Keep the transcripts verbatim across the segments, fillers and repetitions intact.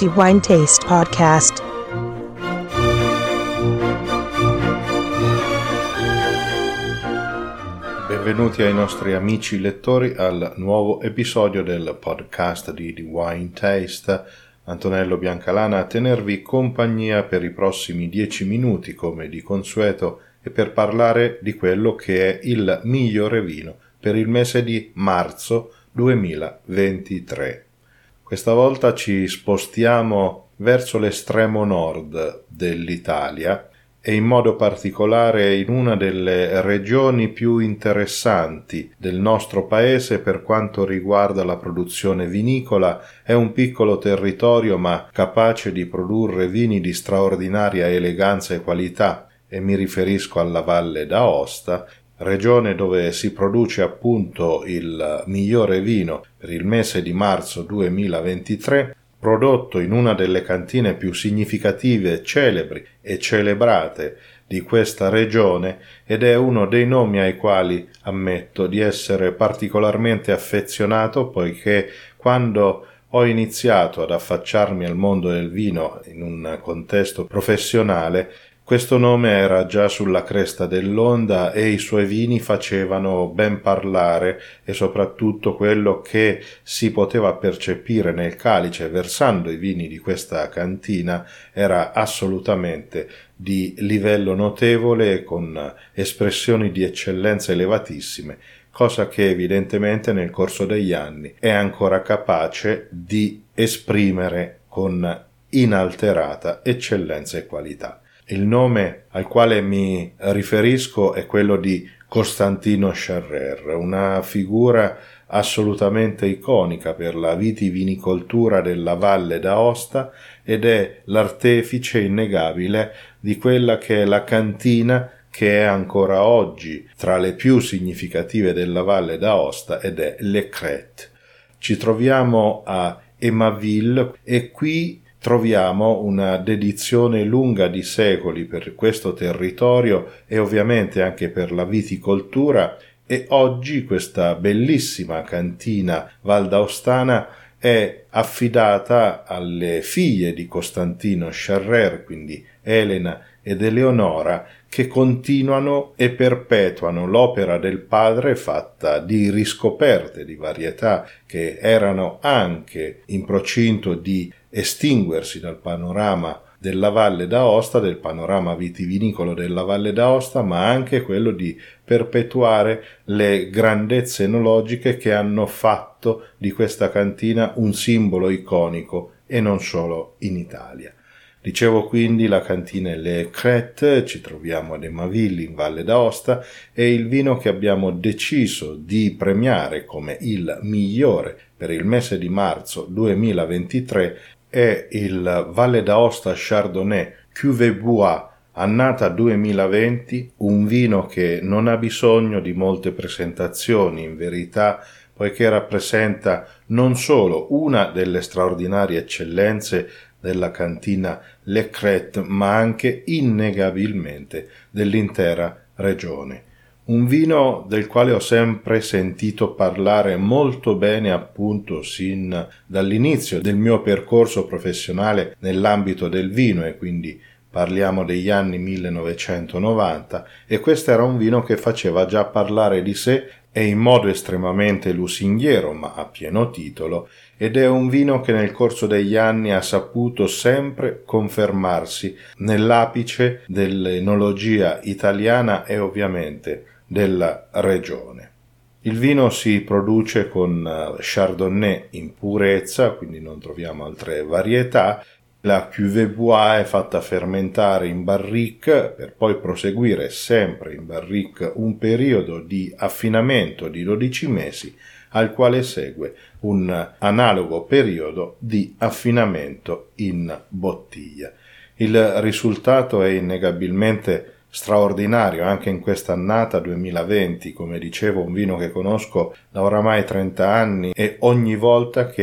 di Wine Taste Podcast. Benvenuti ai nostri amici lettori al nuovo episodio del podcast di The Wine Taste. Antonello Biancalana a tenervi compagnia per i prossimi dieci minuti come di consueto e per parlare di quello che è il migliore vino per il mese di marzo duemilaventitré. Questa volta ci spostiamo verso l'estremo nord dell'Italia e in modo particolare in una delle regioni più interessanti del nostro paese per quanto riguarda la produzione vinicola. È un piccolo territorio ma capace di produrre vini di straordinaria eleganza e qualità, e mi riferisco alla Valle d'Aosta, regione dove si produce appunto il migliore vino per il mese di marzo duemilaventitré, prodotto in una delle cantine più significative, celebri e celebrate di questa regione, ed è uno dei nomi ai quali ammetto di essere particolarmente affezionato, poiché quando ho iniziato ad affacciarmi al mondo del vino in un contesto professionale, questo nome era già sulla cresta dell'onda e i suoi vini facevano ben parlare, e soprattutto quello che si poteva percepire nel calice versando i vini di questa cantina era assolutamente di livello notevole e con espressioni di eccellenza elevatissime, cosa che evidentemente nel corso degli anni è ancora capace di esprimere con inalterata eccellenza e qualità. Il nome al quale mi riferisco è quello di Costantino Charrer, una figura assolutamente iconica per la vitivinicoltura della Valle d'Aosta, ed è l'artefice innegabile di quella che è la cantina che è ancora oggi tra le più significative della Valle d'Aosta, ed è Le Crête. Ci troviamo a Emaville e qui troviamo una dedizione lunga di secoli per questo territorio e ovviamente anche per la viticoltura, e oggi questa bellissima cantina valdaostana è affidata alle figlie di Costantino Charrer, quindi Elena ed Eleonora, che continuano e perpetuano l'opera del padre fatta di riscoperte di varietà che erano anche in procinto di estinguersi dal panorama della Valle d'Aosta, del panorama vitivinicolo della Valle d'Aosta, ma anche quello di perpetuare le grandezze enologiche che hanno fatto di questa cantina un simbolo iconico, e non solo in Italia. Dicevo quindi la cantina Le Crête, ci troviamo ad Emaville in Valle d'Aosta, e il vino che abbiamo deciso di premiare come il migliore per il mese di marzo duemilaventitré è il Valle d'Aosta Chardonnay Cuvée Bois, annata duemilaventi, un vino che non ha bisogno di molte presentazioni in verità, poiché rappresenta non solo una delle straordinarie eccellenze della cantina Le Crête, ma anche innegabilmente dell'intera regione. Un vino del quale ho sempre sentito parlare molto bene appunto sin dall'inizio del mio percorso professionale nell'ambito del vino, e quindi parliamo degli anni millenovecentonovanta, e questo era un vino che faceva già parlare di sé e in modo estremamente lusinghiero, ma a pieno titolo, ed è un vino che nel corso degli anni ha saputo sempre confermarsi nell'apice dell'enologia italiana e ovviamente della regione. Il vino si produce con Chardonnay in purezza, quindi non troviamo altre varietà. La Cuvée Bois è fatta fermentare in barrique per poi proseguire sempre in barrique un periodo di affinamento di dodici mesi, al quale segue un analogo periodo di affinamento in bottiglia. Il risultato è innegabilmente straordinario anche in questa annata duemilaventi, come dicevo, un vino che conosco da oramai trenta anni, e ogni volta che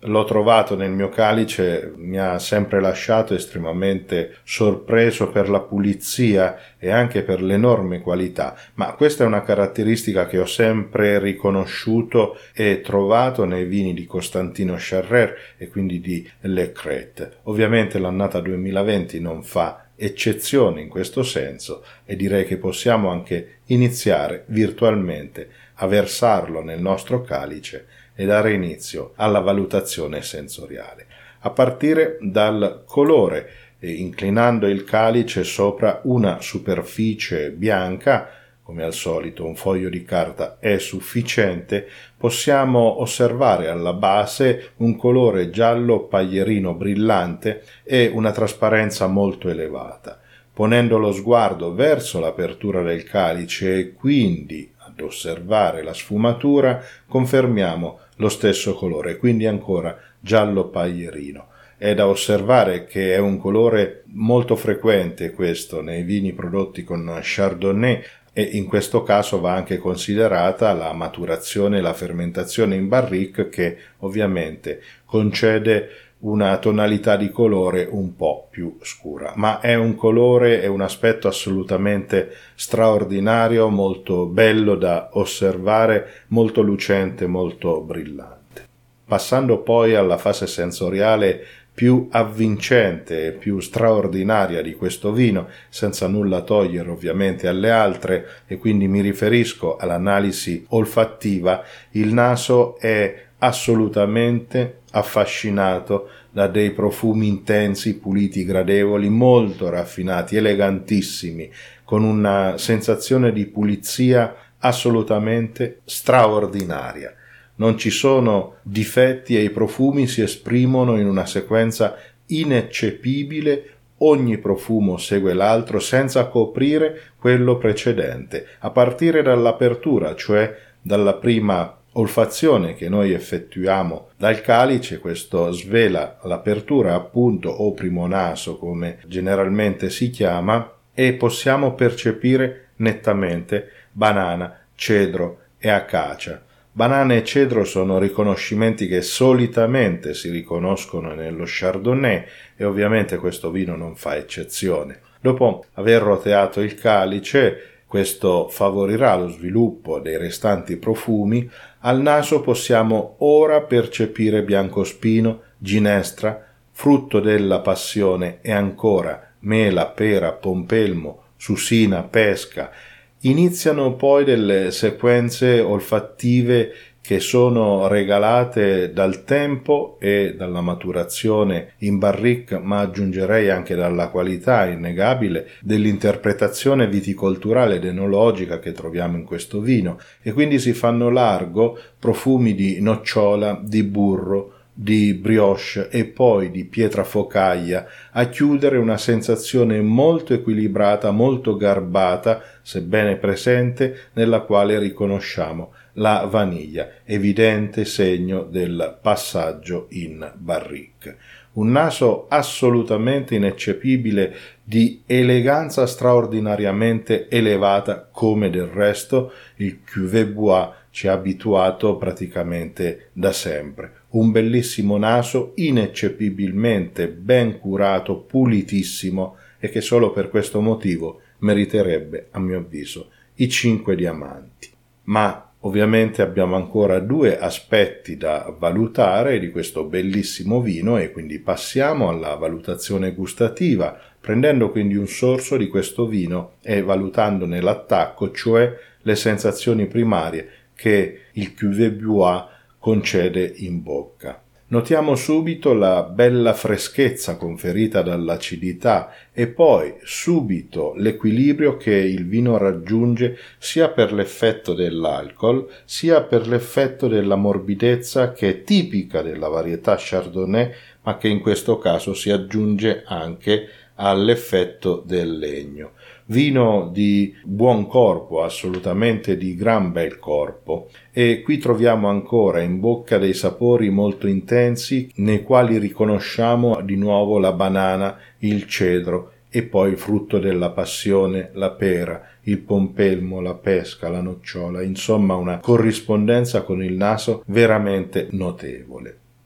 l'ho trovato nel mio calice, mi ha sempre lasciato estremamente sorpreso per la pulizia e anche per l'enorme qualità, ma questa è una caratteristica che ho sempre riconosciuto e trovato nei vini di Costantino Charrer e quindi di Le Crête. Ovviamente l'annata duemilaventi non fa eccezione in questo senso e direi che possiamo anche iniziare virtualmente a versarlo nel nostro calice e dare inizio alla valutazione sensoriale, a partire dal colore, e inclinando il calice sopra una superficie bianca, come al solito un foglio di carta è sufficiente, possiamo osservare alla base un colore giallo paglierino brillante e una trasparenza molto elevata. Ponendo lo sguardo verso l'apertura del calice e quindi ad osservare la sfumatura, confermiamo lo stesso colore, quindi ancora giallo paglierino. È da osservare che è un colore molto frequente questo nei vini prodotti con Chardonnay e in questo caso va anche considerata la maturazione e la fermentazione in barrique che ovviamente concede una tonalità di colore un po' più scura, ma è un colore e un aspetto assolutamente straordinario, molto bello da osservare, molto lucente, molto brillante. Passando poi alla fase sensoriale più avvincente e più straordinaria di questo vino, senza nulla togliere ovviamente alle altre, e quindi mi riferisco all'analisi olfattiva, il naso è assolutamente affascinato da dei profumi intensi, puliti, gradevoli, molto raffinati, elegantissimi, con una sensazione di pulizia assolutamente straordinaria. Non ci sono difetti e i profumi si esprimono in una sequenza ineccepibile, ogni profumo segue l'altro senza coprire quello precedente, a partire dall'apertura, cioè dalla prima olfazione che noi effettuiamo dal calice. Questo svela l'apertura appunto o primo naso come generalmente si chiama e possiamo percepire nettamente banana, cedro e acacia. Banana e cedro sono riconoscimenti che solitamente si riconoscono nello Chardonnay e ovviamente questo vino non fa eccezione. Dopo aver roteato il calice, questo favorirà lo sviluppo dei restanti profumi. Al naso possiamo ora percepire biancospino, ginestra, frutto della passione e ancora mela, pera, pompelmo, susina, pesca. Iniziano poi delle sequenze olfattive che sono regalate dal tempo e dalla maturazione in barrique, ma aggiungerei anche dalla qualità innegabile dell'interpretazione viticolturale ed enologica che troviamo in questo vino, e quindi si fanno largo profumi di nocciola, di burro, di brioche e poi di pietra focaglia a chiudere una sensazione molto equilibrata, molto garbata, sebbene presente, nella quale riconosciamo la vaniglia, evidente segno del passaggio in barrique. Un naso assolutamente ineccepibile, di eleganza straordinariamente elevata, come del resto il Cuvée Bois ci ha abituato praticamente da sempre. Un bellissimo naso, ineccepibilmente ben curato, pulitissimo, e che solo per questo motivo meriterebbe, a mio avviso, i cinque diamanti. Ma ovviamente abbiamo ancora due aspetti da valutare di questo bellissimo vino e quindi passiamo alla valutazione gustativa, prendendo quindi un sorso di questo vino e valutandone l'attacco, cioè le sensazioni primarie che il Cuvée Bois concede in bocca. Notiamo subito la bella freschezza conferita dall'acidità e poi subito l'equilibrio che il vino raggiunge sia per l'effetto dell'alcol sia per l'effetto della morbidezza che è tipica della varietà Chardonnay, ma che in questo caso si aggiunge anche all'effetto del legno. Vino di buon corpo, assolutamente di gran bel corpo, e qui troviamo ancora in bocca dei sapori molto intensi nei quali riconosciamo di nuovo la banana, il cedro e poi il frutto della passione, la pera, il pompelmo, la pesca, la nocciola, insomma una corrispondenza con il naso veramente notevole.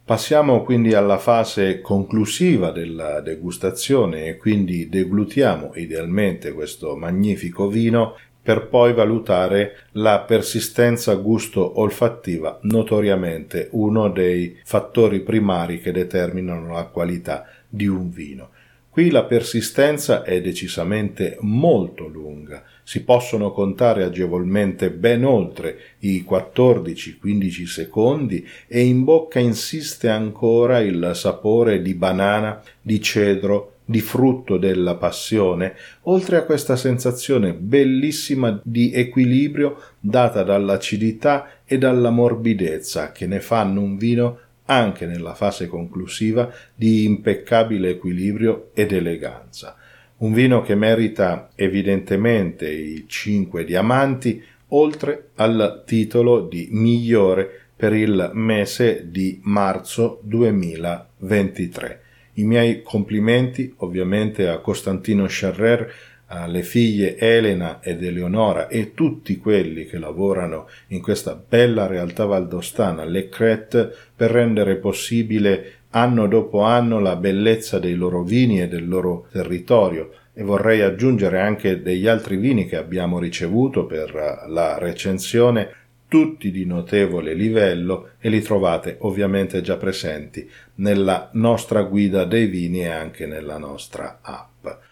Passiamo quindi alla fase conclusiva della degustazione e quindi deglutiamo idealmente questo magnifico vino per poi valutare la persistenza gusto-olfattiva, notoriamente uno dei fattori primari che determinano la qualità di un vino. Qui la persistenza è decisamente molto lunga, si possono contare agevolmente ben oltre i quattordici quindici secondi e in bocca insiste ancora il sapore di banana, di cedro, di frutto della passione, oltre a questa sensazione bellissima di equilibrio data dall'acidità e dalla morbidezza che ne fanno un vino anche nella fase conclusiva di impeccabile equilibrio ed eleganza. Un vino che merita evidentemente i cinque diamanti, oltre al titolo di migliore per il mese di marzo duemilaventitré. I miei complimenti ovviamente a Costantino Scherrer, alle figlie Elena ed Eleonora e tutti quelli che lavorano in questa bella realtà valdostana, Le Crête, per rendere possibile anno dopo anno la bellezza dei loro vini e del loro territorio. E vorrei aggiungere anche degli altri vini che abbiamo ricevuto per la recensione, tutti di notevole livello, e li trovate ovviamente già presenti nella nostra guida dei vini e anche nella nostra app.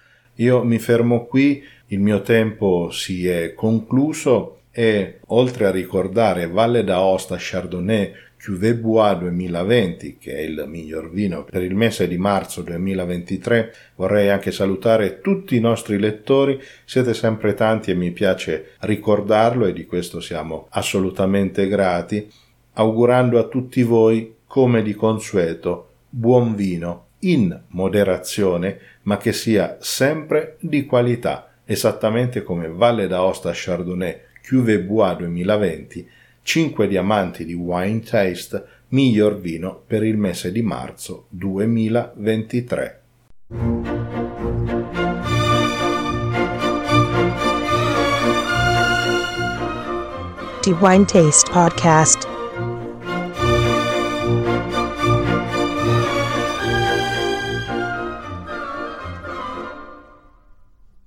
Io mi fermo qui, il mio tempo si è concluso e oltre a ricordare Valle d'Aosta Chardonnay Cuvée Bois duemilaventi, che è il miglior vino per il mese di marzo duemilaventitré, vorrei anche salutare tutti i nostri lettori. Siete sempre tanti e mi piace ricordarlo e di questo siamo assolutamente grati, augurando a tutti voi, come di consueto, buon vino in moderazione, ma che sia sempre di qualità, esattamente come Valle d'Aosta Chardonnay Cuvée Bois duemilaventi, cinque diamanti di Wine Taste, miglior vino per il mese di marzo duemilaventitré. The Wine Taste Podcast.